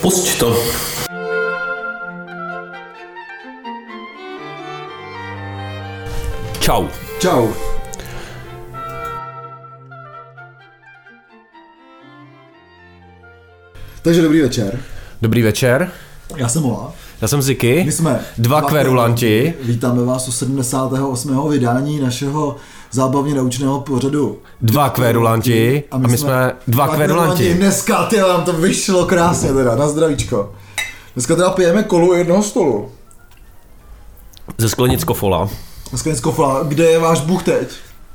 Pusť to. Čau. Čau. Takže dobrý večer. Dobrý večer. Já jsem Ola. Já jsem Ziky. My jsme dva kverulanti. Vítáme vás u 78. vydání našeho zábavně naučného pořadu. Dva kverulanti. A my jsme dva kverulanti. Dneska, nám to vyšlo krásně teda, na zdravíčko. Dneska teda pijeme kolu jednoho stolu. Ze sklenic Kofola. Kde je váš Bůh teď?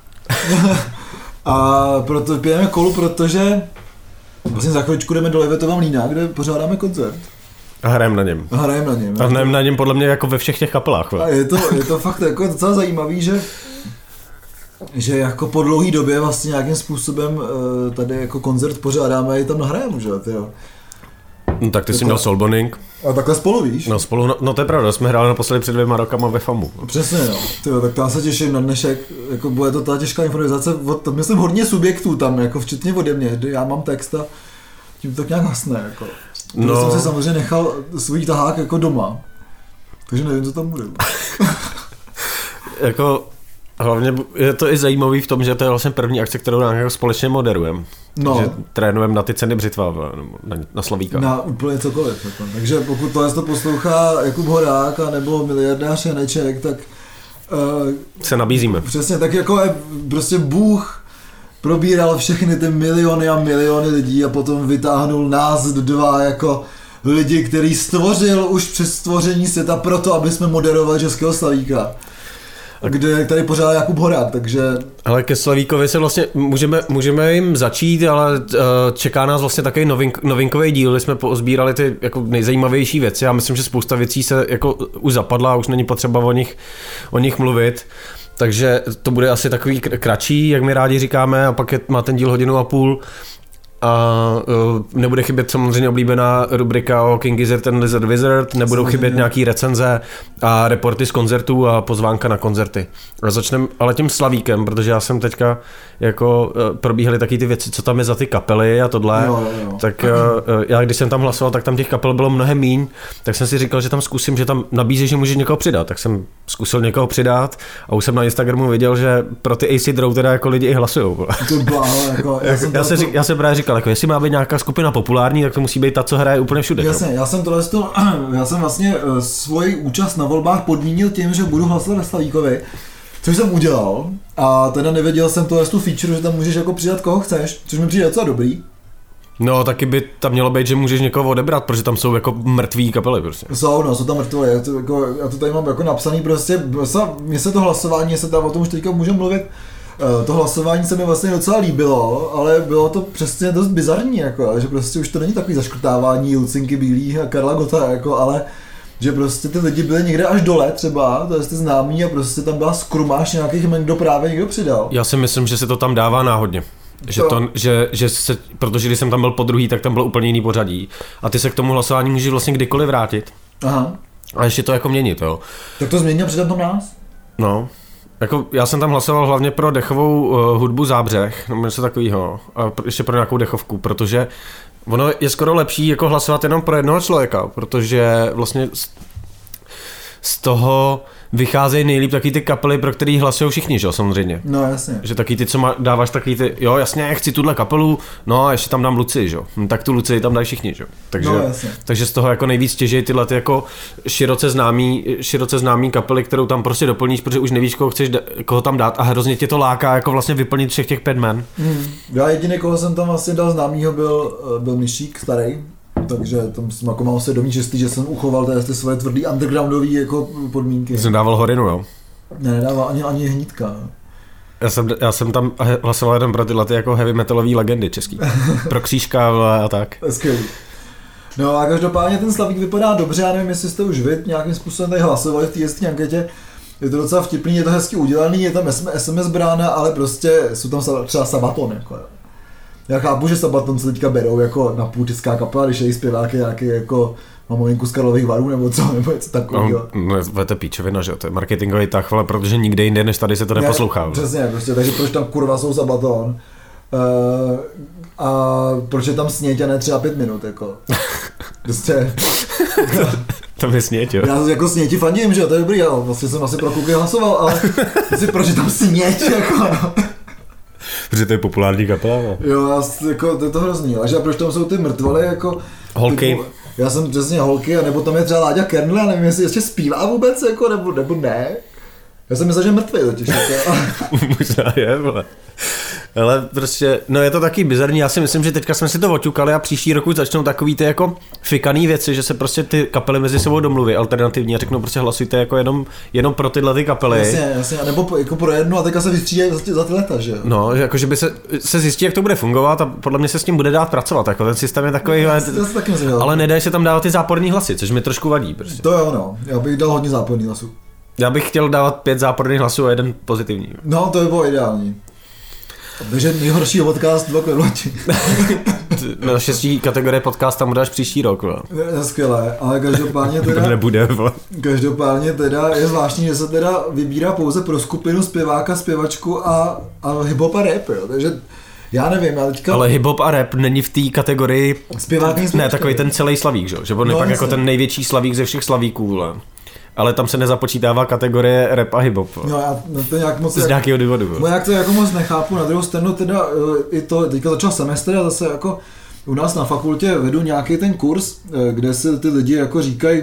A proto pijeme kolu, protože vlastně za chvíličku jdeme do Livetova Mlýna, kde pořádáme koncert. A hrajeme na něm. A hrajeme na něm podle mě jako ve všech těch kapelách. A je to fakt jako docela zajímavý, že jako po dlouhé době vlastně nějakým způsobem tady jako koncert pořádáme a i tam nahrajeme, že jo? No tak ty jsi měl Soulboning. A takhle spolu, víš? No spolu, no to je pravda, jsme hráli naposledy před 2 rokama ve FAMu. Přesně, no. Tyjo, tak já se těším na dnešek, jako bude to ta těžká improvizace, myslím hodně subjektů tam, jako včetně ode mě, já mám text a tím to nějak hasne, jako. No. Jsem si samozřejmě nechal svůj tahák jako doma, takže nevím, co tam bude. Jako, hlavně je to i zajímavý v tom, že to je vlastně první akce, kterou jako společně moderujeme. No. Že trénujeme na ty ceny břitva, na Slavíka. Na úplně cokoliv. Jako. Takže pokud to poslouchá Jakub Horák nebo miliardář Janeček, tak se nabízíme. Přesně, tak jako prostě Bůh probíral všechny ty miliony a miliony lidí a potom vytáhnul nás dva jako lidi, který stvořil už přes stvoření světa proto, aby jsme moderovali Českého Slavíka. Kde tady pořád Jakub Horák, takže... Ale ke Slavíkovi se vlastně můžeme jim začít, ale čeká nás vlastně takový novinkový díl, kdy jsme pozbírali ty jako nejzajímavější věci. Já myslím, že spousta věcí se jako už zapadla a už není potřeba o nich mluvit. Takže to bude asi takový kratší, jak my rádi říkáme, a pak má ten díl 1,5 hodiny. A nebude chybět samozřejmě oblíbená rubrika o King Gizzard and Lizard Wizard, nebudou chybět nějaký recenze a reporty z koncertů a pozvánka na koncerty. A začneme ale tím Slavíkem, protože já jsem teďka jako probíhaly taky ty věci, co tam je za ty kapely a tohle. Jo. Tak já když jsem tam hlasoval, tak tam těch kapel bylo mnohem míň, tak jsem si říkal, že tam zkusím, že tam nabízí, že můžeš někoho přidat. Tak jsem zkusil někoho přidat a už jsem na Instagramu viděl, že pro ty Acid Row teda jako lidi i hlasujou. Já jsem právě říkal, jako jestli má být nějaká skupina populární, tak to musí být ta, co hraje úplně všude. Jasně, já jsem vlastně svoji účast na volbách podmínil tím, že budu hlasovat na Slavíkovi, což jsem udělal, a teda nevěděl jsem tu feature, že tam můžeš jako přidat koho chceš, což mi přijde docela dobrý. No, taky by tam mělo být, že můžeš někoho odebrat, protože tam jsou jako mrtví kapely prostě. Jsou tam mrtvé, já to tady mám jako napsaný prostě, mně se to hlasování, o tom už teďka můžeme mluvit. To hlasování se mi vlastně docela líbilo, ale bylo to přesně dost bizarní, jako, že prostě už to není takový zaškrtávání Lucinky Bílý a Karla Gotta, jako, ale že prostě ty lidi byli někde až dole třeba, to je známý, a prostě tam byla skrumáž nějakých jmen, kdo právě někdo přidal. Já si myslím, že se to tam dává náhodně. Protože když jsem tam byl podruhý, tak tam bylo úplně jiný pořadí. A ty se k tomu hlasování můžeš vlastně kdykoliv vrátit. Aha. A ještě to jako měnit, jo. Tak to změnil přidat tam nás? No. Jako já jsem tam hlasoval hlavně pro dechovou hudbu Zábřeh, nebo něco takového, a ještě pro nějakou dechovku, protože ono je skoro lepší jako hlasovat jenom pro jednoho člověka, protože vlastně z toho vycházejí nejlíp taky ty kapely, pro který hlasují všichni, že jo, samozřejmě. No jasně. Že taky ty, co dáváš taky ty, jo jasně, chci tuhle kapelu, no a ještě tam dám Luci, že jo. Tak tu Luci tam dají všichni, že jo. Takže z toho jako nejvíc těží tyhle ty jako široce známý kapely, kterou tam prostě doplníš, protože už nevíš, koho tam dát, a hrozně tě to láká jako vlastně vyplnit všech těch 5 men. Já jediný, koho jsem tam vlastně dal známýho, byl Myšík starý. Takže tam jsem jako mal se domníčistý, že jsem uchoval ty svoje tvrdý undergroundový jako podmínky. Jsem dával Horinu, jo? Nedával ani Hnídka. Já jsem tam hlasoval jenom pro tyhle jako heavy metalový legendy český. Pro Křížka a tak. Skvělý. No a každopádně ten Slavík vypadá dobře, já nevím, jestli jste už vy nějakým způsobem tady hlasovali v té anketě. Je to docela vtipný, je to hezky udělaný, je tam SMS brána, ale prostě jsou tam třeba Sabaton, jako. Já chápu, že Sabaton se teďka berou jako na půl česká kapela, když je zpěvák nějaký jako mamolinku z Karlových Varů nebo co, nebo něco takového. No, to je píčovina, že to je marketingový tah, ale protože nikde jinde než tady se to neposlouchá. Přesně, prostě, takže proč tam kurva jsou Sabaton? A proč je tam sněť a ne třeba 5 minut, jako. Prostě... To mi sněť, jo. Já jako sněti fandím, že jo, to je dobrý, já vlastně jsem asi pro Kuky hlasoval, ale proč je tam sněť, jako no. Protože to je populární kapela, no. Jo, jako, to je to hrozný, a že proč tam jsou ty mrtvoly, jako... Holky. Typu, já jsem přesně holky, a nebo tam je třeba Láďa Kernl, a nevím, jestli ještě zpívá vůbec, jako, nebo ne. Já jsem myslel, že mrtvý totiž. Možná je, vole. Ale prostě, no je to taky bizarní, já si myslím, že teďka jsme si to oťukali a příští roku začnou takový ty jako fikaný věci, že se prostě ty kapely mezi sebou domluví alternativně a řeknou prostě hlasujte jako jenom pro tyhle ty kapely. Jasně, nebo jako pro jednu a teďka se vystřídají za ty leta, že jo? No, že jako, že by se zjistí, jak to bude fungovat a podle mě se s tím bude dát pracovat, jako ten systém je takový, ale nedají se tam dávat ty záporní hlasy, což mi trošku vadí prostě. To jo, no, já bych dal hodně záporný hlasů. Já bych chtěl dávat 5 záporných hlasů a 1 pozitivní. No, to by bylo ideální. Takže nejhorší podcast 2 kvědloči. Na 6. kategorie podcast tam dáš příští rok. Skvělé, ale každopádně teda... Nebude. Každopádně teda je zvláštní, že se teda vybírá pouze pro skupinu zpěváka, zpěvačku a hip-hop a rap, jo. Takže já nevím, já teďka... Ale hip-hop a rap není v té kategorii... Zpěvák ne, takový ten celý slavík, že on je pak jako ten největší slavík ze všech slavíků, ale tam se nezapočítává kategorie rap a hip-hop. No, to nějak moc... Z nějakého důvodu. No jak to jako moc nechápu, na druhou stranu teda i to, teďka začal semestr a zase jako u nás na fakultě vedu nějaký ten kurz, kde se ty lidi jako říkají,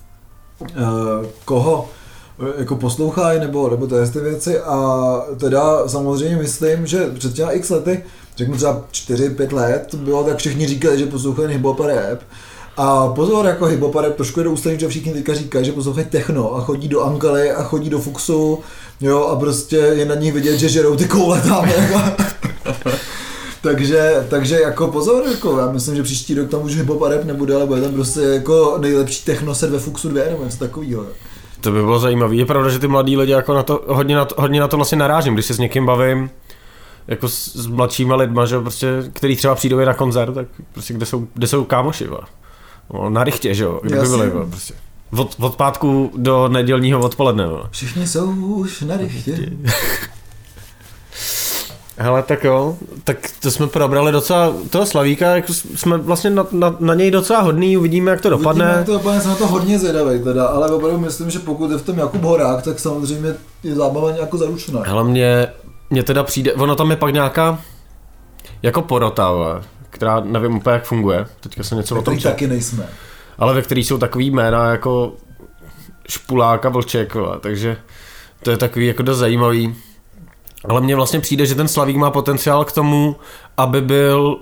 koho jako poslouchají nebo ty věci a teda samozřejmě myslím, že před těmi x lety, řeknu třeba 4-5 let, bylo tak všichni říkali, že poslouchají hip-hop a rap. A pozor, jako hip-hop a rap trošku je do ústraní, že všichni teďka říkají, že poslouchají techno a chodí do Ankaly a chodí do Fuxu, jo, a prostě je na nich vidět, že žerou ty koule tam, jako. takže jako pozor, jako já myslím, že příští rok tam už hip-hop a rap nebude, ale bude tam prostě jako nejlepší techno set ve Fuxu 2 nebo něco takovýho. To by bylo zajímavé. Je pravda, že ty mladí lidi jako na to, hodně na to vlastně narážím, když se s někým bavím, jako s mladšíma lidma, že prostě, který třeba přijdou na koncert, tak prostě kde jsou kámoši, na richtě, že jo, kde by byli, prostě. Od pátku do nedělního odpoledne, Všichni jsou už na richtě. Hele, tak jo, tak to jsme probrali docela toho Slavíka, jako jsme vlastně na něj docela hodný, uvidíme, jak to dopadne. Uvidíme, jak to dopadne, jsem na to hodně zvědavý teda, ale opravdu myslím, že pokud je v tom Jakub Horák, tak samozřejmě je zábava nějak zaručená. Hele, mně teda přijde, ono tam je pak nějaká jako porota, která nevím úplně, jak funguje, teďka jsem něco o tom taky nejsme. Ale ve kterých jsou takový jména jako Špulák a Vlček, takže to je takový jako dost zajímavý. Ale mně vlastně přijde, že ten Slavík má potenciál k tomu, aby byl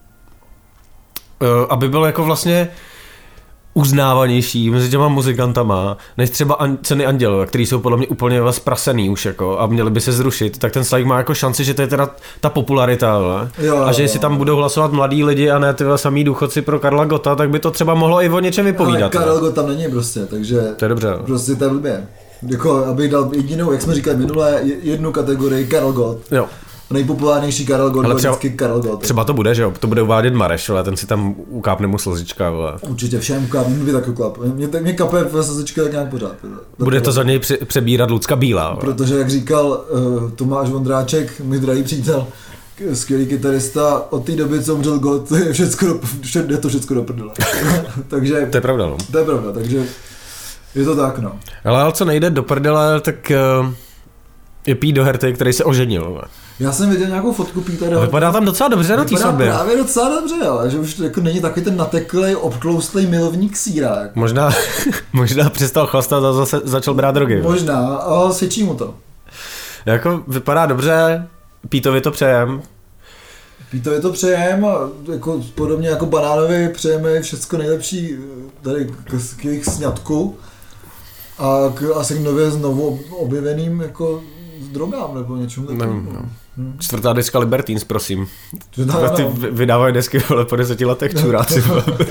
jako vlastně uznávanější mezi těma muzikantama, než třeba Ceny Anděl, který jsou podle mě úplně zprasený už jako a měli by se zrušit, tak ten Slavík má jako šanci, že to je teda ta popularita, a že jestli tam budou hlasovat mladí lidi a ne ty samý důchodci pro Karla Gotta, tak by to třeba mohlo i o něčem vypovídat. Ale Karel Gott tam není prostě, takže to je dobře. Prostě to je blbě. Jako, abych dal jedinou, jak jsme říkali minule, jednu kategorii Karel Gott. Jo. Nejpopulárnější Karel Gott, vždycky Karel Gott. Třeba to bude, že jo? To bude uvádět Mareš, ale ten si tam ukápne mu slzička. Určitě všem ukápne, mě taky uklap. Mě kape slzička tak nějak pořád. Bude to za něj přebírat Lucka Bílá. Protože jak říkal Tomáš Vondráček, můj drahý přítel, skvělý kytarista, od té doby, co umřel Gott, jde to všecko do prdele. Takže, to je pravda, no. To je pravda, takže je to tak, no. Ale co nejde do prdele, tak je Pete Doherty, který se oženil. Já jsem viděl nějakou fotku Pete Doherty. Vypadá tam docela dobře na té svatbě. Vypadá právě docela dobře, jo, že už jako není takový ten nateklej, obtloustlej milovník síra. Jako. Možná přestal chlastat a zase začal brát drogy. Možná, ale svědčí mu to. Jako vypadá dobře, Pítovi to přejem. Pítovi to přejem a jako podobně jako Banánovi přejeme všechno nejlepší tady k jejich sňatku a asi k nově znovu objeveným jako drogám nebo něčemu takovým. No. 4. deska Libertines, prosím. Ty vydávají desky po 10 letech, čuráci.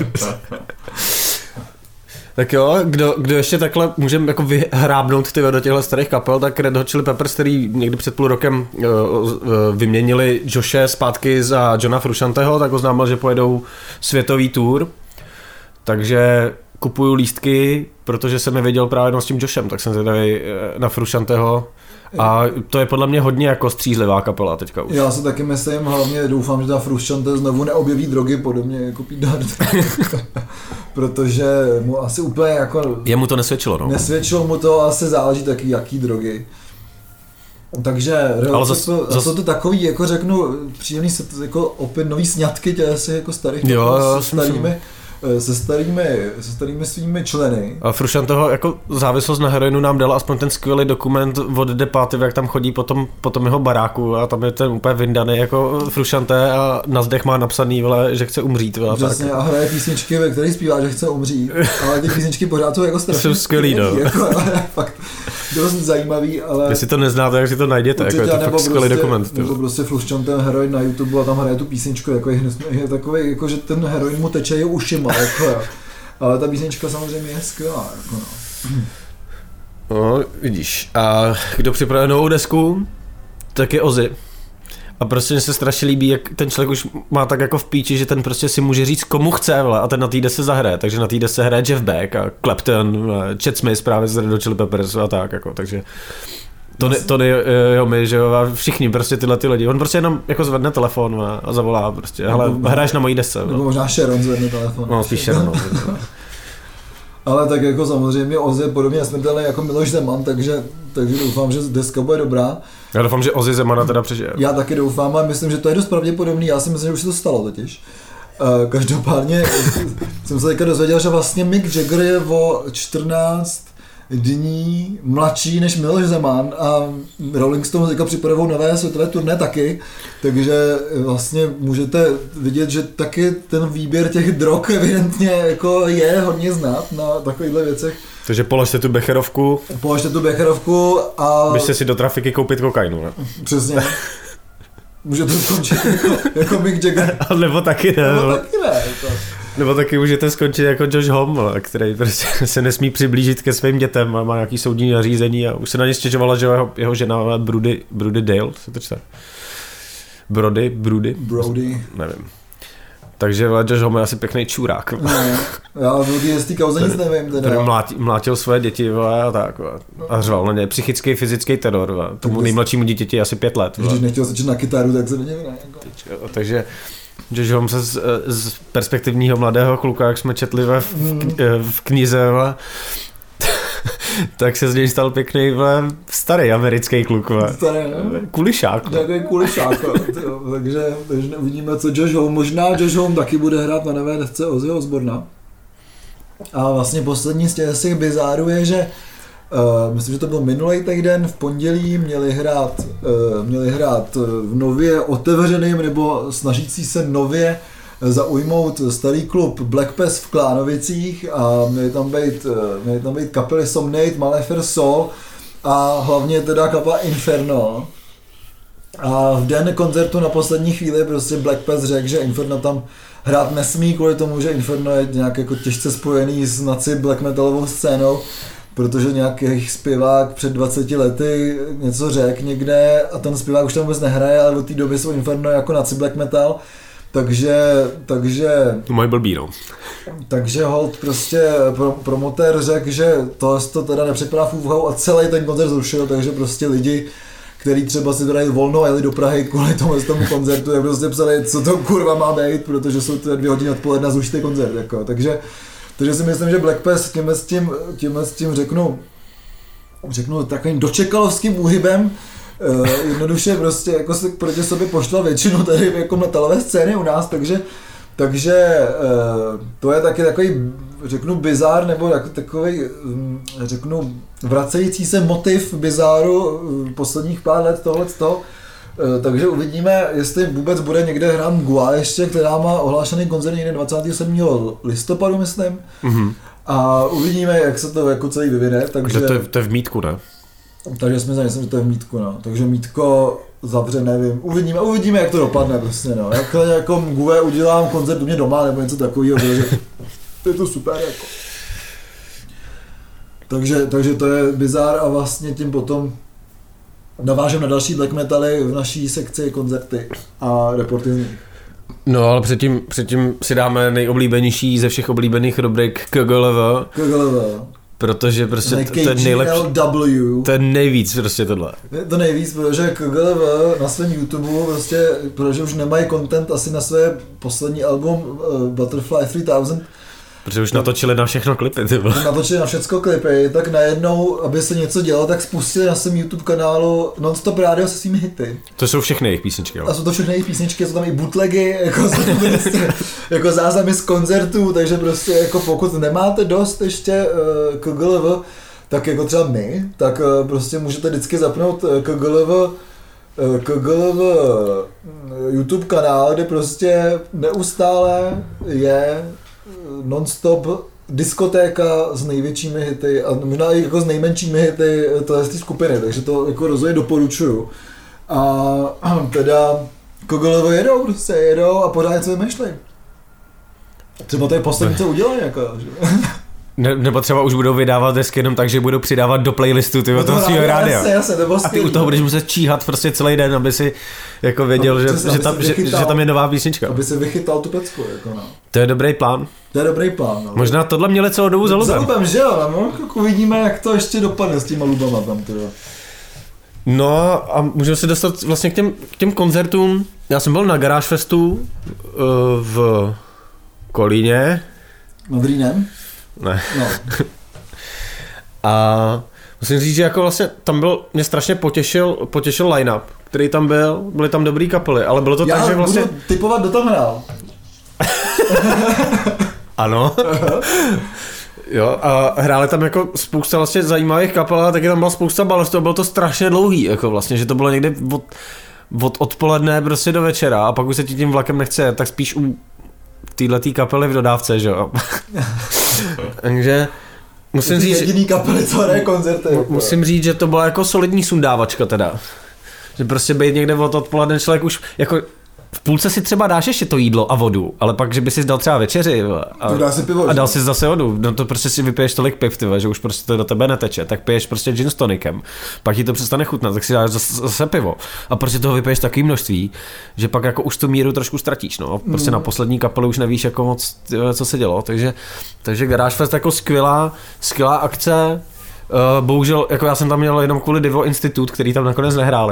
Tak jo, kdo ještě takhle můžeme jako vyhrábnout do těchto starých kapel, tak Red Hot Chili Peppers, který někdy před půl rokem vyměnili Joshe zpátky za Johna Fruscianteho, tak oznámil, že pojedou světový tour. Takže kupuju lístky, protože jsem nevěděl právě s tím Joshem, tak jsem zvědavý na Fruscianteho A to je podle mě hodně jako střízlivá kapela teďka už. Já si taky myslím, hlavně doufám, že ta Frusciante znovu neobjeví drogy podobně jako Pete Dart. Protože mu asi úplně jako... Jemu to nesvědčilo, no. Nesvědčilo mu to, asi záleží taky jaký drogy. Takže jsou to takový, jako řeknu, příjemný jako opět nový sňatky těch jako starých se starými svými členy. A Fruscianteho jako závislost na heroinu nám dala aspoň ten skvělý dokument od Depaty, jak tam chodí po tom jeho baráku a tam je ten úplně vyndaný jako Frusciante a na zdech má napsaný, že chce umřít. Přesně, a hraje písničky, ve kterých zpívá, že chce umřít, ale ty písničky pořád jsou jako strašně skvělý, no. Jako, fakt dost zajímavý, ale... Jestli to neznáte, tak si to najděte, jako je to fakt skvělý dokument. Nebo prostě Frusciante heroin na YouTube a tam hraje tu písničku, jako je takový, jako že ten heroin mu teče je ušima, jako, ale ta písnička samozřejmě je skvělá, jako no. No, vidíš. A kdo připravil novou desku, tak je Ozzy. A prostě mi se strašně líbí, jak ten člověk už má tak jako v píči, že ten prostě si může říct, komu chce, a ten na té desce zahraje. Takže na té desce hraje Jeff Beck a Clapton, Chad Smith právě z Red Hot Chili Peppers a tak, jako, takže Tony Iommi, že jo, a všichni prostě tyhle ty lidi. On prostě jenom jako zvedne telefon a zavolá prostě, hele, hraješ na mojí desce. Nebo možná Sharon zvedne telefon. No, spíš Sharon. Ale tak jako samozřejmě Ozzy je podobně nesmrtelný jako Miloš Zeman, takže doufám, že deska bude dobrá. Já doufám, že Ozzy Zemana teda přežije. Já taky doufám a myslím, že to je dost pravděpodobný, já si myslím, že už se to stalo totiž. Každopádně jsem se teďka dozvěděl, že vlastně Mick Jagger je o 14 dní mladší než Miloš Zeman a Rolling Stones teďka připravují nové světové turné taky, takže vlastně můžete vidět, že taky ten výběr těch drog evidentně jako je hodně znát na takovýchhle věcech. Takže položte tu becherovku a... Běžte si do trafiky koupit kokainu, ne? Přesně. Může to skončit jako Mick Jagger. Nebo taky ne. Jako. Nebo taky můžete skončit jako Josh Homme, který prostě se nesmí přiblížit ke svým dětem a má nějaký soudní nařízení a už se na ně stěžovala, že jeho žena Brody Dale, se to čte? Brody? Nevím. Takže Josh Homme je asi pěkný čurák. Ne, já z té kauze nic nevím. Který mlátil svoje děti a tak a řval na ně psychický, fyzický teror. Tomu nejmladšímu dítěti je asi 5 let. Když nechtěl začít na kytaru, tak se nedělá. Takže Josh Homme se z perspektivního mladého kluka, jak jsme četli v knize, tak se z něj stal pěkný starý americký kluk. Kulišák. Takový kulišák. takže uvidíme, co Josh Homme. Možná Josh Homme taky bude hrát na nové desce Ozzyho Osbourna. A vlastně poslední z těch bizárů je, že myslím, že to byl minulý týden, v pondělí měli hrát v nově otevřeným nebo snažící se nově zaujmout starý klub Black Pest v Klánovicích a měli tam být kapely Somnate, Malefer Soul a hlavně teda kapela Inferno. A v den koncertu na poslední chvíli prostě Black Pest řekl, že Inferno tam hrát nesmí kvůli tomu, že Inferno je nějak jako těžce spojený s naci black metalovou scénou, protože nějaký zpěvák před 20 lety něco řekl někde a ten zpěvák už tam vůbec nehraje, ale od té doby jsou Inferno jako naci black metal. Takže to mají blbý, no. Takže hold prostě promotér řekl, že to teda nepřipadá v úvahu a celý ten koncert zrušil, takže prostě lidi, kteří třeba si brali volno a jeli do Prahy kvůli tomu koncertu, jak prostě psali, co to kurva má být, protože jsou to 2 hodiny odpoledne a zrušíte koncert, jako. Takže si myslím, že Black Pest tímhle s tím řeknu takovým dočekalovským úhybem jednoduše prostě jako se proti sobě poštval většinu tady jako metalové scény u nás, takže to je taky takový, řeknu, bizár, nebo takový, řeknu, vracející se motiv bizáru posledních pár let tohleto. Takže uvidíme, jestli vůbec bude někde hrát Mgła ještě, která má ohlášený koncert někde 27. listopadu, myslím. Mm-hmm. A uvidíme, jak se to jako celý vyvine. Takže to je v Mítku, ne? Takže jsme myslím, že to je v Mítku, no. Takže Mítko zavře, nevím. Uvidíme, jak to dopadne prostě, no. Jakhle jako Mgłę udělám koncert u mě doma, nebo něco takového, protože to je to super, jako. Takže to je bizár a vlastně tím potom navážem na další black metaly v naší sekci koncerty a reporty z nich. No, ale předtím si dáme nejoblíbenější ze všech oblíbených rubrik KGLV. Protože prostě to je nejlepší, to je nejvíc prostě tohle. To nejvíc, protože KGLV na svém YouTube prostě, protože už nemají content asi na své poslední album Butterfly 3000, protože už natočili na všechno klipy, natočili na všechno klipy, tak najednou, aby se něco dělalo, tak spustili na svém YouTube kanálu Non-Stop Radio se svými hity. To jsou všechny jejich písničky, jo? A jsou to všechny jejich písničky, jsou tam i bootlegy, jako záznamy z koncertů, takže prostě jako pokud nemáte dost ještě KGLV, tak jako třeba my, tak prostě můžete vždycky zapnout KGLV YouTube kanál, kde prostě neustále je non-stop diskotéka s největšími hity a možná i jako s nejmenšími hity té skupiny, takže to jako rozhodně doporučuju. A teda KGLV jedou a pořád něco vymýšlej. Třeba to je poslední, co udělají, jako, že? Nebo třeba už budou vydávat desky jenom tak, že budou přidávat do playlistu toho svýho rádia. A ty u toho budeš muset číhat prostě celý den, aby si jako věděl, že tam je nová písnička. Aby si vychytal tu pecku, jako no. To je dobrý plán. No. Možná tohle měli celou dobu za Lubem. Za Lubem, že jo, no, jako uvidíme, jak to ještě dopadne s těma Lubama tam, tyjo. No a můžeme se dostat vlastně k těm koncertům. Já jsem byl na Garage Festu v Kolíně. Nad Rýnem? Ne. No. A musím říct, že jako vlastně tam mě strašně potěšil line-up, který tam byl, byly tam dobrý kapely, ale bylo to tak, že vlastně... Já budu typovat, kdo tam hrál. Ano. Jo, a hráli tam jako spousta vlastně zajímavých kapel, a taky tam byla spousta balestů, bylo to strašně dlouhý, jako vlastně, že to bylo někdy od odpoledne prostě do večera a pak už se ti tím vlakem nechce, tak spíš u téhletý kapely v dodávce, že jo. Takže musím říct, jediný kapely, co hraje koncerty. Musím říct, že to byla jako solidní sundávačka teda. Že prostě být někde od odpoledne člověk už jako v půlce si třeba dáš ještě to jídlo a vodu, ale pak, že by si dal třeba večeři a dal si zase vodu, no to prostě si vypiješ tolik piv, tyve, že už prostě to do tebe neteče, tak piješ prostě gin s tonikem, pak ti to přestane chutnat, tak si dáš zase pivo a prostě toho vypiješ takové množství, že pak jako už tu míru trošku ztratíš, no, prostě na poslední kapelu už nevíš jako moc, co se dělo, takže Garage Fest jako skvělá akce. Bohužel, jako já jsem tam měl jenom kvůli Divo Institute, který tam nakonec nehráli.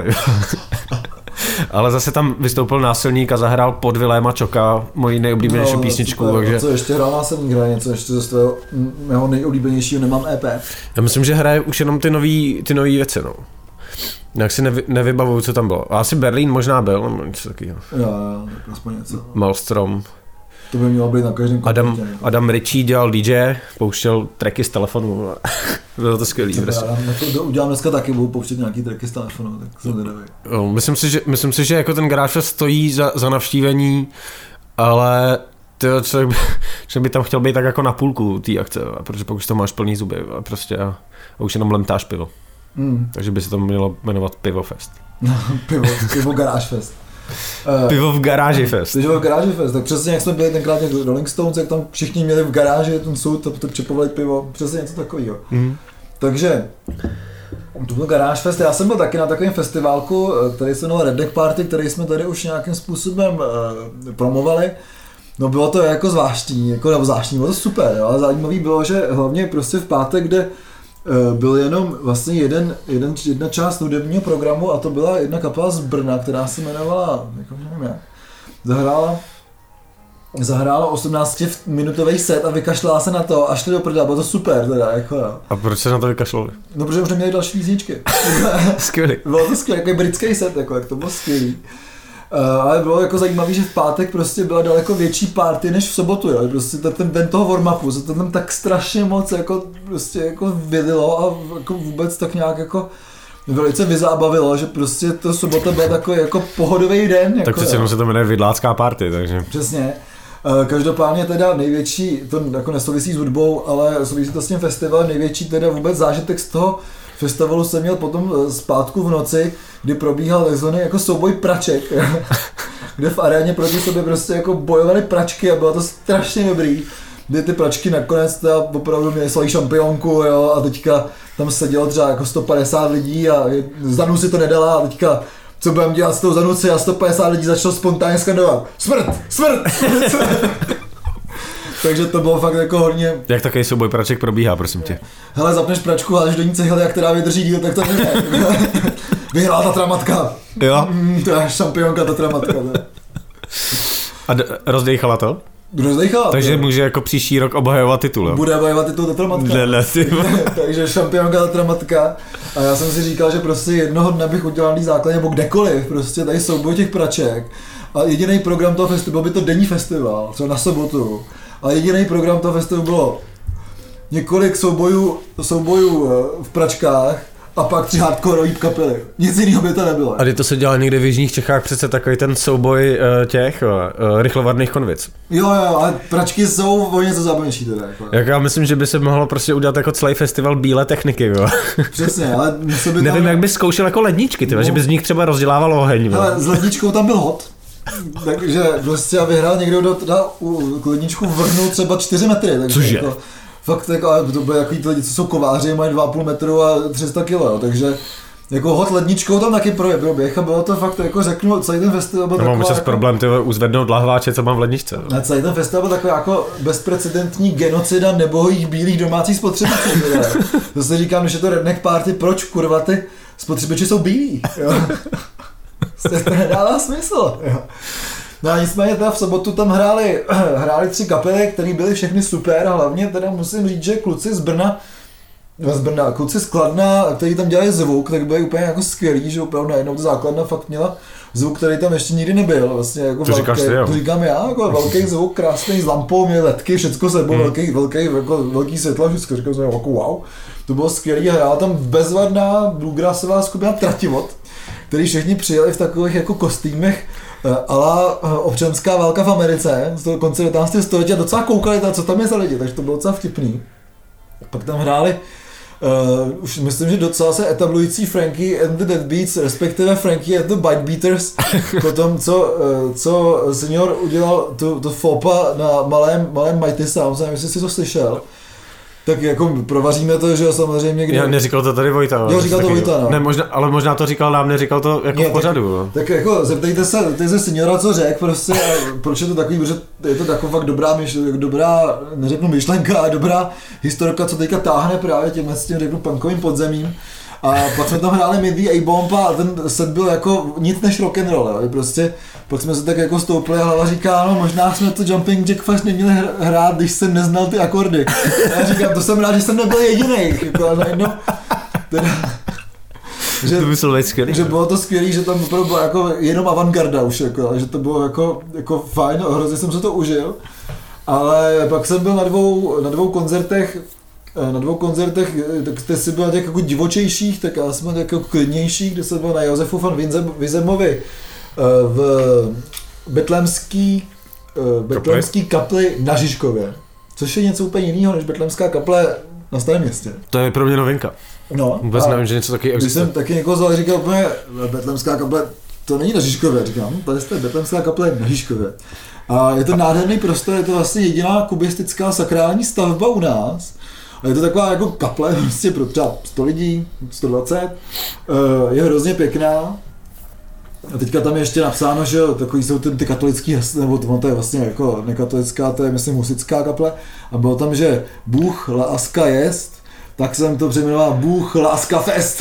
Ale zase tam vystoupil Násilník a zahrál Pod Viléma Čoka, moji nejoblíbenější písničku. Takže... A co ještě hrál Násilník, hraje něco ještě ze svého mého nejoblíbenějšího, nemám EP. Já myslím, že hraje už jenom ty nový věci, no. Jak si nevybavuju, co tam bylo. A asi Berlín možná byl, nebo něco takového. Jo, tak aspoň něco. Maelstrom. To by mělo být na každém koncertě. Adam Ritchie dělal DJ, pouštěl tracky z telefonu. Bylo to skvělý. To udělám dneska taky, budu pouštět nějaký tracky z telefonu, tak jsem zvědavý. Myslím si, že jako ten Garage Fest stojí za navštívení, ale člověk by tam chtěl být tak jako na půlku té akce, protože pokud to máš plný zuby a už jenom lemtáš pivo. Takže by se to mělo jmenovat Pivo Fest. Pivo Garage Fest. Pivo v garáži fest. Pivo v garáži fest, tak přesně jak jsme byli tenkrát jako Rolling Stones, jak tam všichni měli v garáži ten soud a čepovali pivo, přesně něco takového. Takže to byl Garage Fest, já jsem byl taky na takovém festiválku, který se jmenoval Redneck Party, který jsme tady už nějakým způsobem promovali. No bylo to jako zvláštní, bylo to super, jo, ale zajímavý bylo, že hlavně prostě v pátek, kde byl jenom vlastně jedna část hudebního programu a to byla jedna kapela z Brna, která se jmenovala, jako nevím jak, zahrála 18-minutový set a vykašlala se na to a šli do prdela, bylo to super teda, jako jo. A proč se na to vykašlali? No, protože už neměli další písničky. Skvělý. Bylo to skvělý, jako britský set, jako, jak to bylo skvělý. Ale bylo jako zajímavé, že v pátek prostě byla daleko větší party než v sobotu, jo. Prostě ten den toho warm-upu se to tam tak strašně moc jako prostě jako vylilo a jako vůbec tak nějak jako velice vyzábavilo, že prostě to sobota byla takový jako pohodový den. Jako, tak přece jenom se to jmenuje Vidlácká party, takže. Přesně. Každopádně teda největší, to jako nesouvisí s hudbou, ale souvisí to s tím festivalem, největší teda vůbec zážitek z toho festivalu jsem měl potom zpátku v noci, kdy probíhal takzvaný jako souboj praček, kde v aréně proti sobě prostě jako bojovaly pračky a bylo to strašně dobrý, kdy ty pračky nakonec teda opravdu měly svoji šampionku, jo, a teďka tam sedělo třeba jako 150 lidí a Zanu si to nedala a teďka co budeme dělat s tou Zanuci a 150 lidí začalo spontánně skandovat smrt, smrt, smrt. takže to bylo fakt jako hodně... Jak takový souboj praček probíhá, prosím tě? Hele, zapneš pračku a až do ní cihly, a která vydrží díl, tak to ne. Vyhrála Tatramatka. Jo? To je šampionka Tatramatka. A rozdejchala to? Rozdejchala. Takže může jako příští rok obhajovat titul, jo? Bude obhajovat titul Tatramatka. Takže šampionka Tatramatka. A já jsem si říkal, že prostě jednoho dne bych udělal základně nebo kdekoliv, prostě tady souboj těch praček. A jediný program toho festivalu by to denní festival, třeba na sobotu. A jediný program toho festivalu bylo několik soubojů v pračkách a pak 3 hardcore kapely. Nic jiného by to nebylo. A kdy to se dělá někde v jižních Čechách přece takový ten souboj těch rychlovarných konvic. Jo, ale pračky jsou o něco zábavnější teda. Jako. Jak já myslím, že by se mohlo prostě udělat jako celý festival bílé techniky, jo. Přesně, ale by tam... Nevím, jak bys zkoušel jako ledničky, tyhle, že by z nich třeba rozdělával oheň. Ale s ledničkou tam byl hod. Takže prostě vyhrál někdo, k ledničku vrhnul třeba 4 metry. Takže cože? Jako, fakt jako, to byly jako ty lidi, co jsou kováři, mají 2,5 metru a 300 kg, jo, takže jako hod ledničkou tam taky proběh a bylo to fakt, jako řeknu, celý ten festival byl takový... Mám jako, problém uzvednout lahváče, co mám v ledničce. Ne, celý ten festival byl takový jako bezprecedentní genocida nebohých bílých domácích spotřebičů. To se říkám, že to redneck party, proč kurva ty spotřebiči jsou bílí, jo? To nedává smysl, jo. No a nicméně teda v sobotu tam hráli 3 kapely, které byly všechny super a hlavně teda musím říct, že kluci z Brna, kluci z Kladna, kteří tam dělali zvuk, tak byli úplně jako skvělí, že opravdu najednou ta základna fakt měla zvuk, který tam ještě nikdy nebyl, vlastně jako to velký, to říkám já, jako velký zvuk, krásný s lampou, měli ledky, všecko sebou, velký světlo, všechno, říkám jsem jako wow, to bylo skvělý a hrála tam bezvadná bluegrassová skupina Trativod, který všichni přijeli v takových jako kostýmech ala občanská válka v Americe z toho konce 19. století a docela koukali, co tam je za lidi, takže to bylo docela vtipný. Pak tam hráli už myslím, že docela se etablující Frankie and the Deadbeats, respektive Frankie and the Bite Beaters, po tom, co senior udělal to fopa na malém Mighty Sounds, nevím, jestli jsi to slyšel. Tak jako provaříme to, že samozřejmě... Já neříkal to tady Vojta. Jo, říkal to Vojta, no. Ne, ale možná to říkal nám, neříkal to jako v pořadu. Tak jako zeptejte se seniora, co řekl prostě a proč je to takový, protože je to taková fakt dobrá, neřeknu myšlenka, ale dobrá historka, co teďka táhne právě s tím řeknu punkovým podzemím. A pak jsme tam hráli Midi A-Bomb a ten set byl jako nic než rock'n'roll, jo. Prostě pak jsme se tak jako stoupili a hlava říká, no možná jsme to Jumping Jack Flash neměli hrát, když jsem neznal ty akordy. A já říkám, to jsem rád, že jsem nebyl jedinej, jako najednou, teda, že bylo to skvělý, že tam opravdu byla jako jenom avantgarda už, jako, že to bylo jako fajn, hrozně jsem se to užil. Ale pak jsem byl na dvou koncertech, tak jste si byl těch jako divočejších, tak já jsem byl jako klidnějších, kde jsem byl na Josefu van Vizemovi v betlémský kapli na Žižkově, což je něco úplně jiného než betlémská kaple na Starém Městě. To je pro mě novinka. No, vůbec nevím, že něco taky existuje. Když jsem taky někoho vzal, říkal úplně, betlémská kaple, to není na Žižkově, říkám, tady je betlémská kaple na Žižkově. A je to nádherný prostor, je to vlastně jediná kubistická sakrální stavba u nás. A je to taková jako kaple prostě pro třeba 100 lidí, 120, je hrozně pěkná. A teďka tam je ještě napsáno, že takový jsou ty katolický hesly, nebo to je vlastně jako nekatolická, to je myslím husitská kaple. A bylo tam, že Bůh láska jest, tak jsem to přejmenoval Bůh láska fest.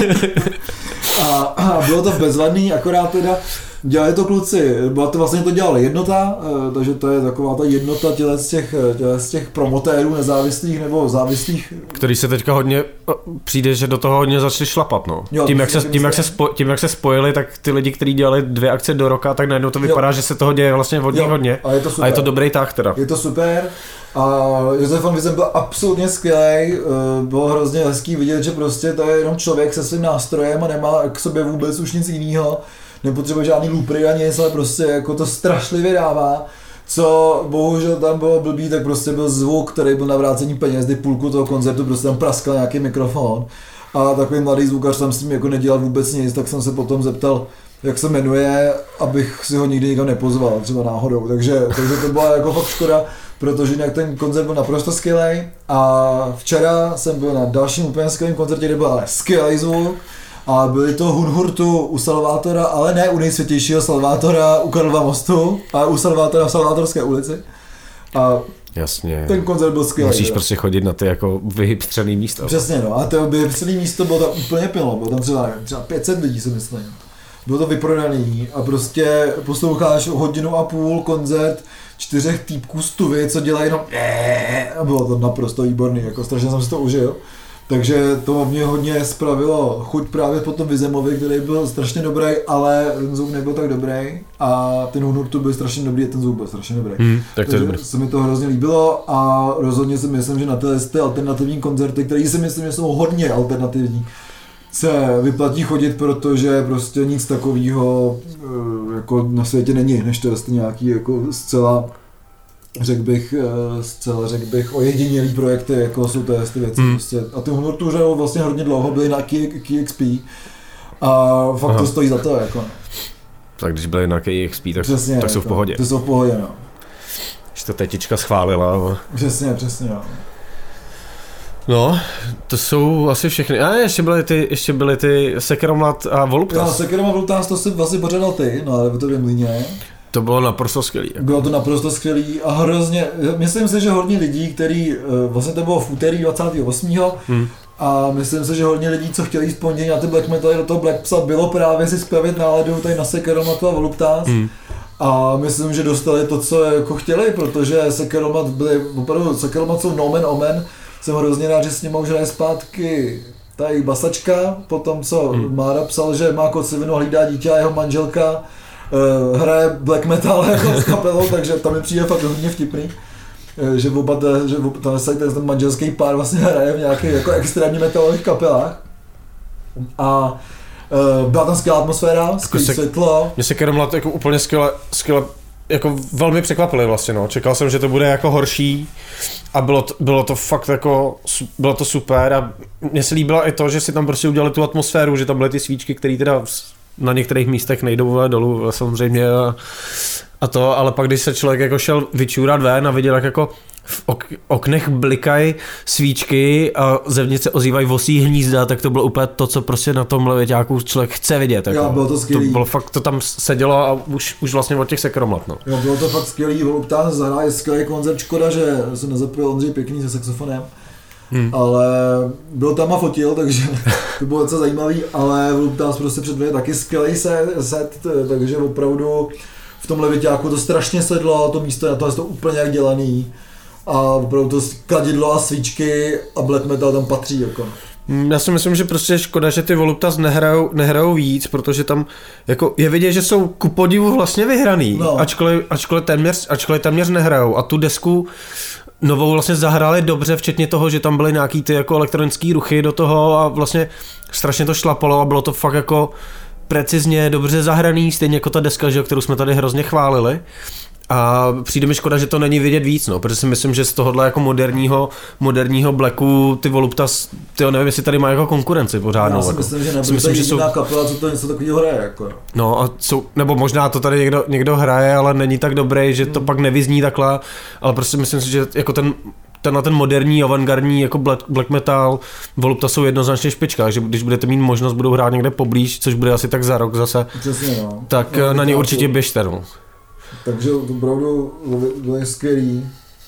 a bylo to bezvadný, akorát teda dělali to kluci, to dělala jednota, takže to je taková ta jednota z těch promotérů nezávislých nebo závislých. Který se teďka hodně, přijde, že do toho hodně začali šlapat, no. Jo, tím, jak se spojili, tak ty lidi, kteří dělali 2 akce do roka, tak najednou to vypadá, že se toho děje vlastně hodně. A je to dobrý tah teda. Je to super. A Josef van Vizem byl absolutně skvělý, bylo hrozně hezký vidět, že prostě to je jenom člověk se svým nástrojem a nemá k sobě vůbec už nic jiného. Nepotřebuje žádný loopery ani nic, ale prostě jako to strašlivě dává. Co bohužel tam bylo blbý, tak prostě byl zvuk, který byl na vrácení peněz, kdy půlku toho koncertu prostě tam praskal nějaký mikrofon. A takový mladý zvukař tam s tím jako nedělal vůbec nic, tak jsem se potom zeptal, jak se jmenuje, abych si ho nikdy nikam nepozval, třeba náhodou. Takže to byla jako fakt škoda, protože jinak ten koncert byl naprosto skvělý. A včera jsem byl na dalším úplně skvělým koncertě, kde byl ale skvělý zvuk. A byli to Hunhurtu u Salvátora, ale ne u nejsvětějšího Salvátora u Karlova mostu, ale u Salvátora v Salvátorské ulici. Jasně. Ten koncert byl skvělý. Musíš prostě chodit na ty jako vyhybstřený místa. Přesně, no. A to vyhybstřený místo bylo tam úplně plno. Bylo tam třeba 500 lidí, si myslím. Bylo to vyprodaný a prostě posloucháš 1,5 hodiny koncert 4 týpků z Tuvy, co dělají jenom a bylo to naprosto výborný, jako strašně jsem si to užil. Takže to mě hodně spravilo chuť právě po tom Vizemovi, který byl strašně dobrý, ale ten zvuk nebyl tak dobrý a ten Hunurtu byl strašně dobrý a ten zvuk byl strašně dobrý. Tak to je dobrý. Se mi to hrozně líbilo a rozhodně si myslím, že na ty alternativní koncerty, které si myslím, že jsou hodně alternativní, se vyplatí chodit, protože prostě nic takového jako na světě není, než to je nějaký jako zcela řekl bych ojedinělý projekty, jako jsou to ty věci. Prostě. A ty Hunurtu vlastně hodně dlouho byly na KXP a fakt to stojí za to. Jako. Tak když byli na KXP, tak jsou v pohodě. Ty jsou v pohodě, no. Když to tetička schválila. Přesně, no. No, to jsou asi všechny. A ještě byly ty Sekeromlat a Voluptas. No, Sekeromlat a Voluptas, to si vlastně pořádal ty, no ale v tom mlýně. To bylo naprosto skvělý. Jako. Bylo to naprosto skvělý a hrozně, myslím si, že hodně lidí, který, vlastně to bylo v úterý 28. A myslím si, že hodně lidí, co chtěli jít v pondělí na ty black metaly do toho Black Psa, bylo právě si spravit náladu tady na Sekeromlatu a Voluptas. A myslím, že dostali to, co jako chtěli, protože Sekeromlat byli, opravdu Sekeromlat jsou nomen omen. Jsem hrozně rád, že s ním už hraje zpátky ta jejich basačka, potom co Mára psal, že má kocivinu, hlídá dítě a jeho manželka hraje black metal jako s kapelou, takže tam mi přijde fakt hodně vtipný, že ten manželský pár vlastně hraje v nějakých jako extrémně metalových kapelách. A byla tam skvělá atmosféra, skvělé světlo. Mě se Sekeromlat jako úplně skvěle jako velmi překvapili vlastně, no. Čekal jsem, že to bude jako horší a bylo to fakt jako, bylo to super a mně se líbilo i to, že si tam prostě udělali tu atmosféru, že tam byly ty svíčky, které teda na některých místech nejdou dolů samozřejmě a to, ale pak když se člověk jako šel vyčůrat ven a viděl, jak jako v oknech blikají svíčky a zevnitř se ozývají vosí hnízda, tak to bylo úplně to, co prostě na tom levěťáku člověk chce vidět. Jako. Jo, bylo to skvělý. To bylo fakt, to tam sedělo a už vlastně od těch Sekeromlat, no. Jo, bylo to fakt skvělý, Voluptas zahraje skvělý koncert, škoda, že se nezapojil Ondřej Pěkný se saxofonem. Ale byl tam a fotil, takže to bylo docela zajímavý, ale Voluptas prostě předvedl taky skvělý set, takže opravdu v tom levěťáku to strašně sedlo, to místo je na to úplně jak dělaný. A opravdu to kladidlo a svíčky a black metal tam patří jako. Já si myslím, že prostě je škoda, že ty Voluptas nehrajou víc, protože tam jako je vidět, že jsou ku podivu vlastně vyhraný, no. ačkoliv téměř nehrajou a tu desku novou vlastně zahráli dobře, včetně toho, že tam byly nějaký ty jako elektronický ruchy do toho a vlastně strašně to šlapalo a bylo to fakt jako precizně dobře zahraný, stejně jako ta deska, že, kterou jsme tady hrozně chválili. A přijde mi škoda, že to není vidět víc, no, protože si myslím, že z tohohle jako moderního blacku ty Voluptas, nevím, jestli tady má jako konkurenci pořádnou. Já si myslím, že nebude to jediná kapela, co to něco takového hraje, jako. No a nebo možná to tady někdo hraje, ale není tak dobrý, že to pak nevyzní takhle, ale prostě myslím si, že jako ten moderní, avantgardní jako black metal Voluptas jsou jednoznačně špička, takže když budete mít možnost, budou hrát někde poblíž, což bude asi tak za rok zase, přesně, no. Tak no, na ně určitě běžte, no. Takže to opravdu bylo skvělý.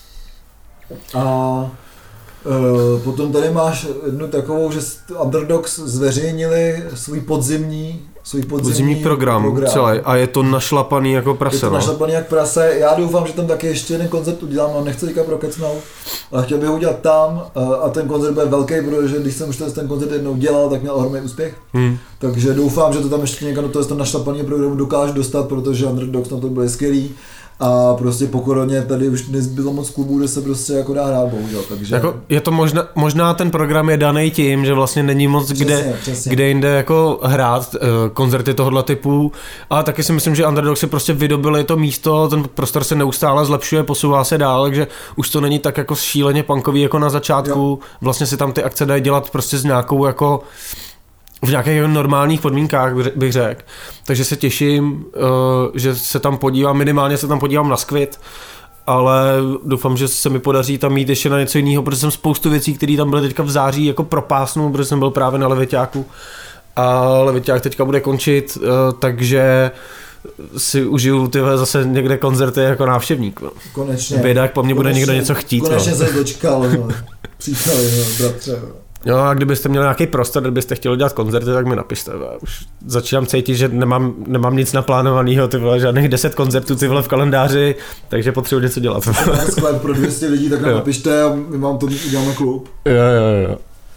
A potom tady máš jednu takovou, že Underdogs zveřejnili svůj podzimní program celý a je to našlapaný jako prase. Je to našlapaný jak prase. Já doufám, že tam taky ještě jeden koncert udělám, no nechci teďka prokecnout, ale chtěl bych ho udělat tam a ten koncert bude velký, protože když jsem už ten koncert jednou dělal, tak měl ohromný úspěch. Takže doufám, že to tam ještě někam do toho našlapaný programu dokážu dostat, protože Underdogs na to byly skvělý. A prostě po koroně tady už nezbylo moc klubů, kde se prostě jako dá hrát, bohužel, takže... Jako je to možná ten program je daný tím, že vlastně není moc kde jinde jako hrát koncerty tohoto typu, ale taky si myslím, že Underdog si prostě vydobili to místo, ten prostor se neustále zlepšuje, posouvá se dál, takže už to není tak jako šíleně punkový jako na začátku, jo. Vlastně si tam ty akce dají dělat prostě s nějakou jako v nějakých normálních podmínkách, bych řekl. Takže se těším, že se tam podívám, minimálně se tam podívám na Squid, ale doufám, že se mi podaří tam mít ještě na něco jiného, protože jsem spoustu věcí, které tam byly teďka v září jako propásnu, protože jsem byl právě na Leviťáku a Leviťák teďka bude končit, takže si užiju tyhle zase někde koncerty jako návštěvník. No. Konečně. Bědák, po mně bude někdo něco chtít. Konečně se dočkal, no. Příteli, no, bratře. No a kdybyste měli nějaký prostor, kdybyste chtěli dělat koncerty, tak mi napište. Už začínám cítit, že nemám nic naplánovaného, ty vole, žádných 10 koncertů ty vole v kalendáři, takže potřebuji něco dělat. Sklep pro 200 lidí, tak nám napište a my vám to uděláme klub. Jo.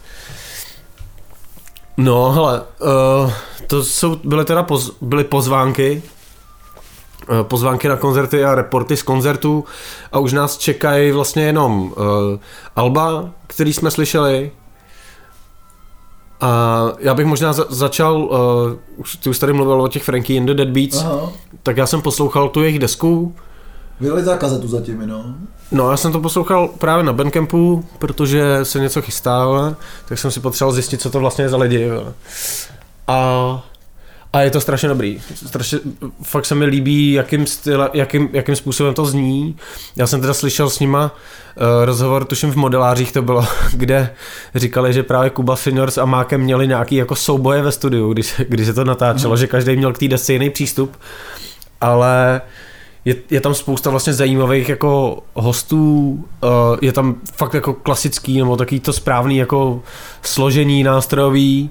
No hele, byly pozvánky na koncerty a reporty z koncertů a už nás čekají vlastně jenom alba, který jsme slyšeli. A já bych možná začal, ty už tady mluvil o těch Frankie and the Deadbeats, aha. Tak já jsem poslouchal tu jejich desku. Vydali za kazetu zatím, no? No, já jsem to poslouchal právě na Bandcampu, protože se něco chystá, tak jsem si potřeboval zjistit, co to vlastně je za lidi. A je to strašně dobrý. Fakt se mi líbí, jakým způsobem to zní. Já jsem teda slyšel s nima rozhovor, tuším v Modelářích to bylo, kde říkali, že právě Kuba Senior s Amákem měli nějaký jako souboje ve studiu, když se to natáčelo, že každý měl k té desce jiný přístup, ale je tam spousta vlastně zajímavých jako hostů, je tam fakt jako klasický nebo takový to správný jako složení nástrojový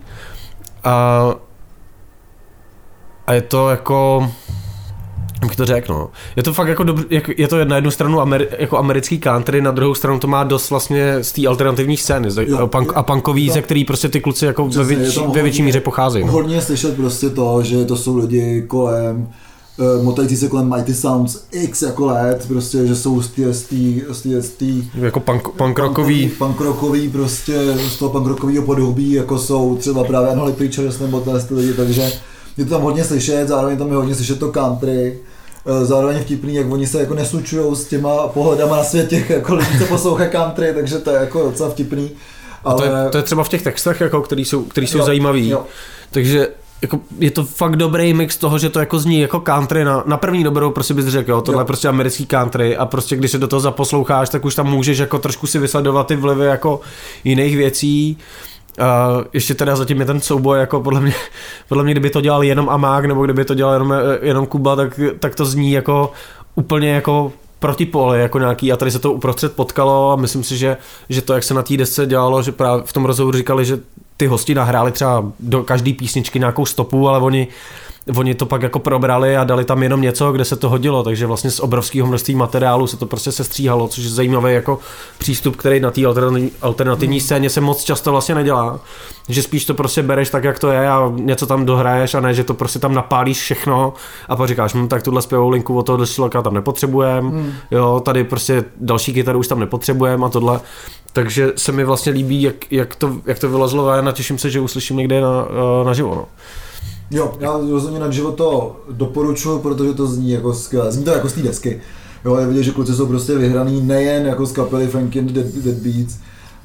a je to jako, jak to řekl, no. Je to fakt jako je to na jednu stranu jako americký country, na druhou stranu to má dost vlastně z té alternativní scény a punkový, ze který prostě ty kluci jako ve větší míře pocházejí. No. Hodně slyšet prostě to, že to jsou lidi kolem, motající se kolem Mighty Sounds X jako let, prostě, že jsou z té jako punk rockový prostě, z toho punk rockovýho podhoubí, jako jsou třeba právě Unholy Preachers nebo ty lidi, takže je to tam hodně slyšet, zároveň tam je hodně slyšet to country, zároveň vtipný, jak oni se jako neslučujou s těma pohledama na svět těch jako lidí, co poslouchají country, takže to je jako docela vtipný. Ale... To je třeba v těch textech, jako, který jsou zajímavý, jo. Takže jako, je to fakt dobrý mix toho, že to jako zní jako country, na první dobrou prostě bys řekl, jo, tohle je prostě americký country a prostě když se do toho zaposloucháš, tak už tam můžeš jako trošku si vysledovat ty vlivy jako jiných věcí. Ještě teda zatím je ten souboj, jako podle mě kdyby to dělal jenom Amák, nebo kdyby to dělal jenom Kuba, tak to zní jako úplně jako protipóly, jako nějaký, a tady se to uprostřed potkalo a myslím si, že to, jak se na té desce dělalo, že právě v tom rozhovoru říkali, že ty hosti nahráli třeba do každé písničky nějakou stopu, ale oni to pak jako probrali a dali tam jenom něco, kde se to hodilo, takže vlastně z obrovského množství materiálu se to prostě sestříhalo, což je zajímavý jako přístup, který na té alternativní scéně se moc často vlastně nedělá, že spíš to prostě bereš tak, jak to je a něco tam dohraješ a ne, že to prostě tam napálíš všechno a pak říkáš, tak tuhle zpěvou linku od toho do Šiloka tam nepotřebujeme, jo, tady prostě další kytaru už tam nepotřebujeme a tohle. Takže se mi vlastně líbí, jak to vylezlo a já těším se, že uslyším někde naživo. No. Jo, já rozhodně na život to doporučuji, protože to zní jako skvěle. Zní to jako z té desky. Jo, je vidět, že kluci jsou prostě vyhraný nejen jako z kapely Frankie and the Deadbeats,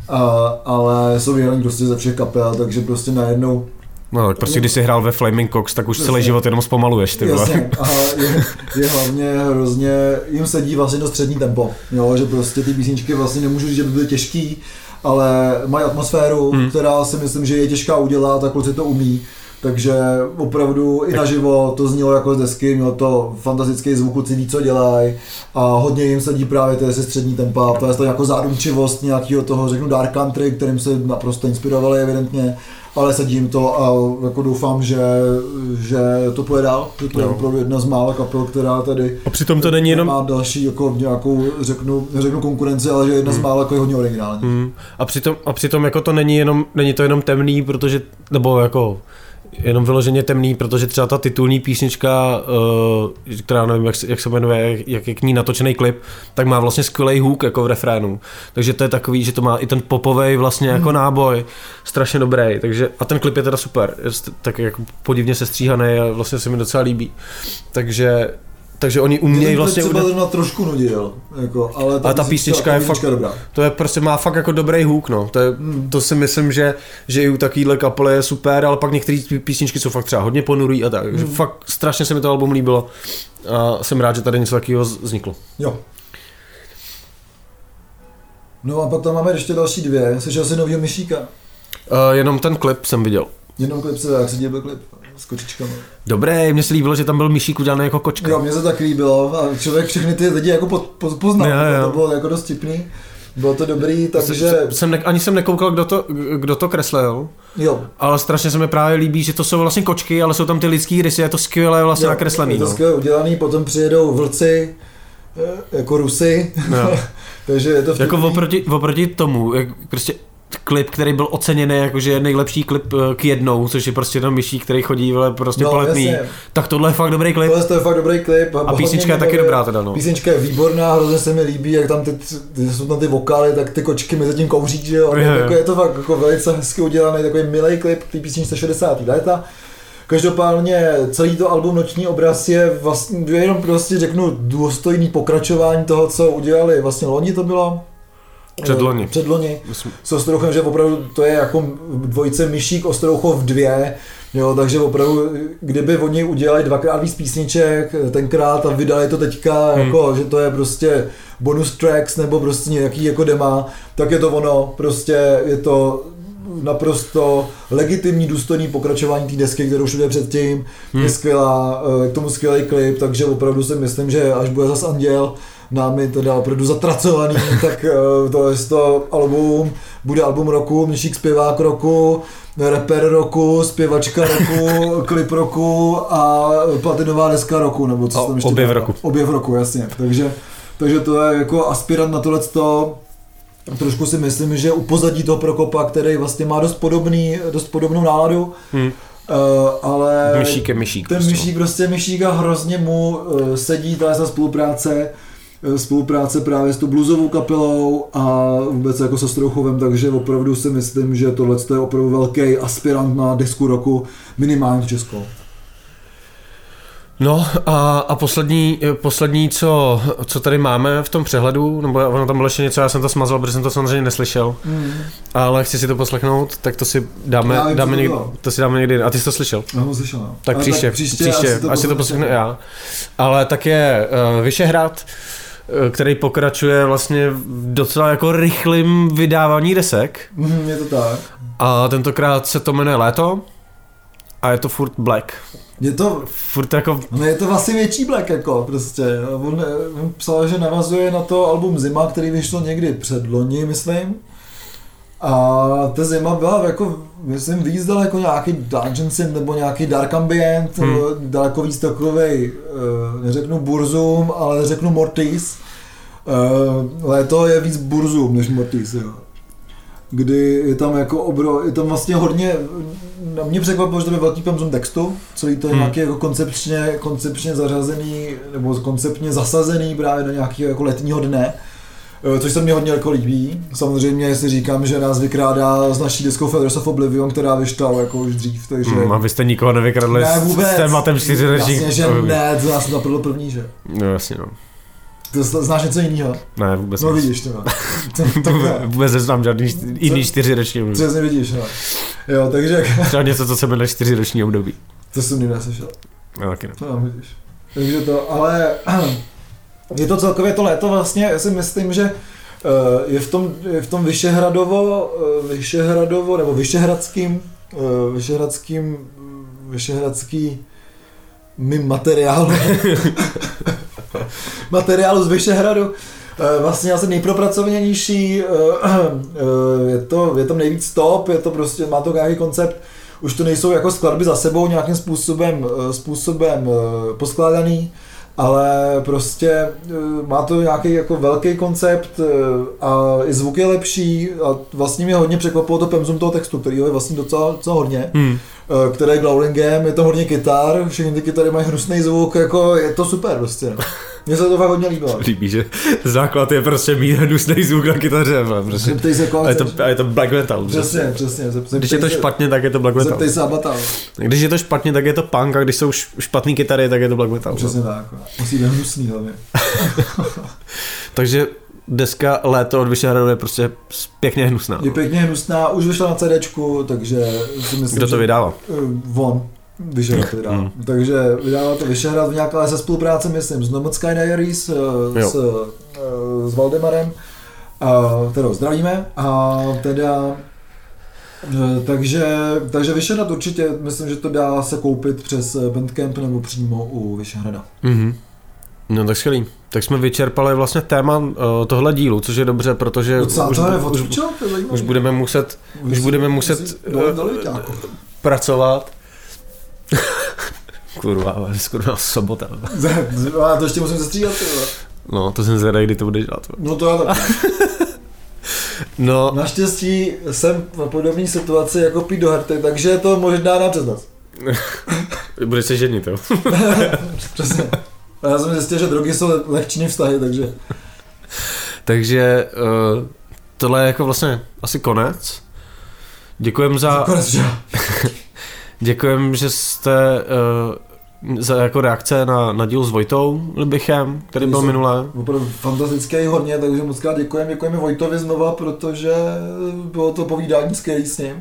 ale jsou vyhraný prostě ze všech kapel, takže prostě najednou... No, prostě když jsi hrál ve Flaming Cox, tak už celý život jenom zpomaluješ, ty vole. Jasně, a je hlavně hrozně, jim sedí vlastně to střední tempo, jo, že prostě ty písničky vlastně nemůžu říct, že by byly těžký, ale mají atmosféru, která si myslím, že je těžká udělat a kluci to umí. Takže opravdu i naživo to znělo jako z desky, mělo to fantastický zvuk, kluci ví, co dělají a hodně jim sedí právě ty střední tempa, to je to jako zádumčivost nějakého toho, řeknu, dark country, kterým se naprosto inspirovali evidentně, ale sedí jim to a jako doufám, že to půjde dál, že to je opravdu jedna z mála kapel, která tady a přitom to není jenom... má další jako nějakou, řeknu konkurenci, ale že jedna z mála jako je hodně originální. A přitom jako to není to jenom temný, protože, nebo jako jenom vyloženě temný, protože třeba ta titulní písnička, která nevím, jak se jmenuje, jak je k ní natočený klip, tak má vlastně skvělý hook jako v refrénu. Takže to je takový, že to má i ten popovej vlastně jako náboj, strašně dobrý. Takže, a ten klip je teda super, je tak jako podivně sestříhaný a vlastně se mi docela líbí. Takže oni umějí vlastně... Mě ten klip trošku nudil, jako, ale ta písnička je fakt dobrá. To je prostě má fakt jako dobrý hook, no. To si myslím, že i u takovýhle kapely je super, ale pak některé písničky jsou fakt třeba hodně ponurý a tak. Takže fakt strašně se mi to album líbilo a jsem rád, že tady něco takového vzniklo. Jo. No a pak tam máme ještě další dvě. Slyšel jsi novýho Myšíka? Jenom ten klip jsem viděl. Jenom klip jak se díval klip? s kočičkami. Dobré, mně se líbilo, že tam byl myšík udělaný jako kočka. Jo, mně se tak líbilo a člověk všechny ty lidi jako poznal, jo. To bylo jako dost vtipný. Bylo to dobrý, takže... Ani jsem nekoukal, kdo to kreslil, jo. Ale strašně se mi právě líbí, že to jsou vlastně kočky, ale jsou tam ty lidský rysy, je to skvěle vlastně nakreslený. Je to skvěle udělaný, potom přijedou vlci, jako Rusy, takže je to vtipný. Jako oproti tomu, jak prostě klip, který byl oceněný jakože je nejlepší klip k jednou, což je prostě ten myšík, který chodí prostě po letný. Tak tohle je fakt dobrý klip. Tohle je fakt dobrý klip. A písnička je taky dobrá teda, no. Písnička je výborná, hrozně se mi líbí, jak tam jsou tam ty vokály, tak ty kočky mezi tím kouří, že jo. Jako je to fakt jako velice hezky udělaný, takový milý klip k té písničce 60. léta. Každopádně celý to album Noční obraz je vlastně, jenom prostě řeknu důstojný pokračování toho, co udělali vlastně loni to bylo. Předloni. S Ostrouchem, že opravdu to je jako dvojice Myšík Ostrouchov 2, jo, takže opravdu, kdyby oni udělali dvakrát víc písniček tenkrát a vydali to teďka, jako, že to je prostě bonus tracks nebo prostě nějaký jako dema, tak je to ono, prostě je to naprosto legitimní, důstojný pokračování té desky, kterou už jde předtím, je skvělá, k tomu skvělý klip, takže opravdu si myslím, že až bude zas Anděl námi teda opravdu zatracovaný, tak to album bude album roku, Myšík zpěvák roku, rapper roku, zpěvačka roku, klip roku a platinová deska roku, nebo co tam ještě objev roku. Objev roku, jasně, takže to je jako aspirant na tohleto. Trošku si myslím, že upozadí toho Prokopa, který vlastně má dost podobnou náladu, ale Myšík je myšík. Ten myšík prostě myšík a hrozně mu sedí ta spolupráce právě s tou bluesovou kapelou a vůbec jako se Ostrouchovem, takže opravdu si myslím, že tohle je opravdu velký aspirant na desku roku, minimálně v Česku. No a poslední co tady máme v tom přehledu, nebo ono tam bylo ještě něco, já jsem to smazal, protože jsem to samozřejmě neslyšel, ale chci si to poslechnout, tak to si dáme někdy, a ty jsi to slyšel? Já ho slyšel, no. Tak příště, až si to poslechnu já. Ale tak je Vyšehrad, který pokračuje vlastně v docela jako rychlým vydávání desek. Je to tak. A tentokrát se to jmenuje Léto a je to furt Black. Je to furt jako... No je to vlastně větší Black jako prostě. On psal, že navazuje na to album Zima, který vyšlo někdy předloni, myslím. A ta Zima byla jako, myslím, víc daleko nějaký Dungeon Synth nebo nějaký Dark Ambient, daleko víc takovej, neřeknu Burzum, ale řeknu Mortis. Léto je víc Burzum než Mortis, jo. Kdy je tam jako je tam vlastně hodně, mě překvapilo, že to je velký penzum textu, celý to je nějaký jako koncepčně zařazený, nebo konceptně zasazený právě do nějakého jako letního dne, což se mně hodně jako líbí. Samozřejmě si říkám, že nás vykrádá s naší deskou Feathers of Oblivion, která vyšla jako už dřív, takže... A vy jste nikoho nevykradli s tématem 4 ročník. Jasně, že ne, to nás napadlo první, že? No jasně, no. Ty znáš něco jiného? Ne, vůbec no, vidíš to. Vůbec neznám žádný jiný 4roční období. Přesně vidíš, no. Jo, takže... Třeba něco, co se jmenuje 4roční období. To jsem nikdy neslyšel. No, taky ne. No, vidíš. Takže to, ale... Je to celkově to léto vlastně, já si myslím, že je v tom Vyšehradovo, nebo vyšehradským materiálu z Vyšehradu. Vlastně asi nejpropracovanější, je to nejvíc stop, je to prostě, má to nějaký koncept, už to nejsou jako skladby za sebou nějakým způsobem poskládaný, ale prostě má to nějaký jako velký koncept a i zvuk je lepší a vlastně mě hodně překvapilo to penzum toho textu, který je vlastně docela hodně. Který je growlingem, je to hodně kytar, všechny ty kytary mají hnusný zvuk, jako je to super prostě. Mně se to fakt hodně líbilo. Líbí, že základ je prostě mít hnusný zvuk na kytaře. Prostě. A je to black metal. Přesně. Když je to špatně, tak je to black metal. Zeptej se Abatal. Když je to špatně, tak je to punk a když jsou špatný kytary, tak je to black metal. Přesně tak. Musí být hnusný hlavně. Takže deska Léto od Vyšehradu je prostě pěkně hnusná. Je pěkně hnusná, už vyšla na CDčku, takže si myslím, kdo to vydává? On. Vyšehrad vydává. Takže vydává to Vyšehrad v nějaké se spolupráci, myslím, s Nomad Sky Diaries, s Valdemarem, kterou zdravíme, a teda Takže Vyšehrad určitě, myslím, že to dá se koupit přes Bandcamp nebo přímo u Vyšehrada. Mm-hmm. No tak skvělý. Tak jsme vyčerpali vlastně téma tohle dílu, což je dobře, protože už budeme muset pracovat. Kurva, sobota. A to ještě musím zastříhat. No, to jsem zvědavý, kdy to budeš dělat. No to já tak. No. Naštěstí jsem v podobné situaci jako Pít Doherty, takže to možná dá přes nás. Budeš se ženit, jo? Přesně. A já jsem zjistil, že drogy jsou lehčí vztahy, takže... Takže tohle je jako vlastně asi konec. Děkujem za... Konec, že? Děkujem, že jste za jako reakce na díl s Vojtou Libichem, který byl minulé. Opravdu fantastický hodně, takže moc krát děkujeme Vojtovi znova, protože bylo to povídání skvělý s ním.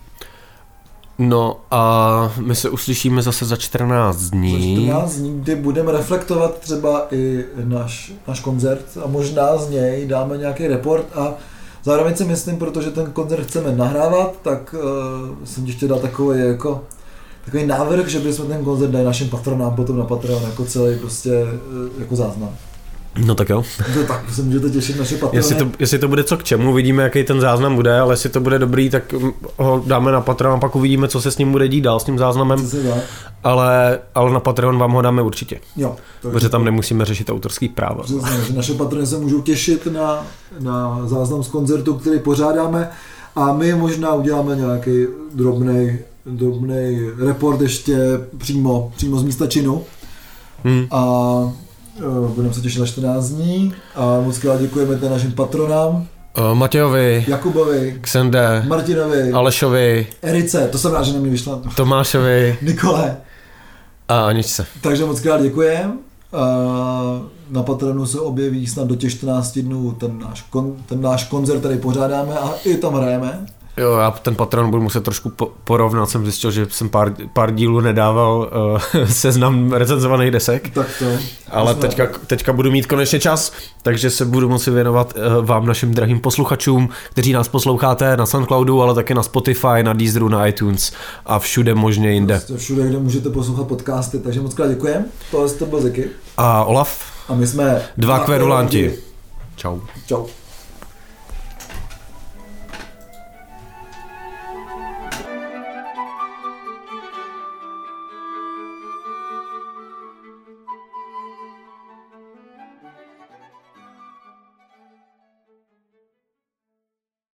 No a my se uslyšíme zase za 14 dní. Za 14 dní, kdy budeme reflektovat třeba i náš koncert a možná z něj dáme nějaký report a zároveň si myslím, protože ten koncert chceme nahrávat, tak jsem ti chtěl dát takový návrh, že bychom ten koncert dali našim patronám potom na Patreon jako celý prostě jako záznam. No tak jo. Tak se můžete těšit naše patrony. Jestli to bude co k čemu, vidíme, jaký ten záznam bude, ale jestli to bude dobrý, tak ho dáme na Patreon a pak uvidíme, co se s ním bude dít dál s tím záznamem. Ale na Patreon vám ho dáme určitě. Jo. Protože tam nemusíme řešit autorský práva. Přesně, že naše patrony se můžou těšit na záznam z koncertu, který pořádáme a my možná uděláme nějaký drobnej report ještě přímo z místa činu. A budeme se těšit na 14 dní a moc krát děkujeme našim patronám. Matějovi, Jakubovi, Xende, Martinovi, Alešovi, Erice, to jsem rád, že na mě vyšla. Tomášovi, Nikole a Aničce. Takže moc krát děkujeme. Na Patronu se objeví snad do těch 14 dnů ten náš koncert, který pořádáme a i tam hrajeme. Jo, já ten Patron budu muset trošku porovnat, jsem zjistil, že jsem pár dílů nedával seznam recenzovaných desek. Tak to. Ale teďka budu mít konečně čas, takže se budu moci věnovat vám, našim drahým posluchačům, kteří nás posloucháte na Soundcloudu, ale také na Spotify, na Deezeru, na iTunes a všude možně jinde. Prostě všude, kde můžete poslouchat podcasty, takže moc krát děkujem. Tohle to byl Ziky. A Olaf. A my jsme dva kverulanti. Čau. Čau.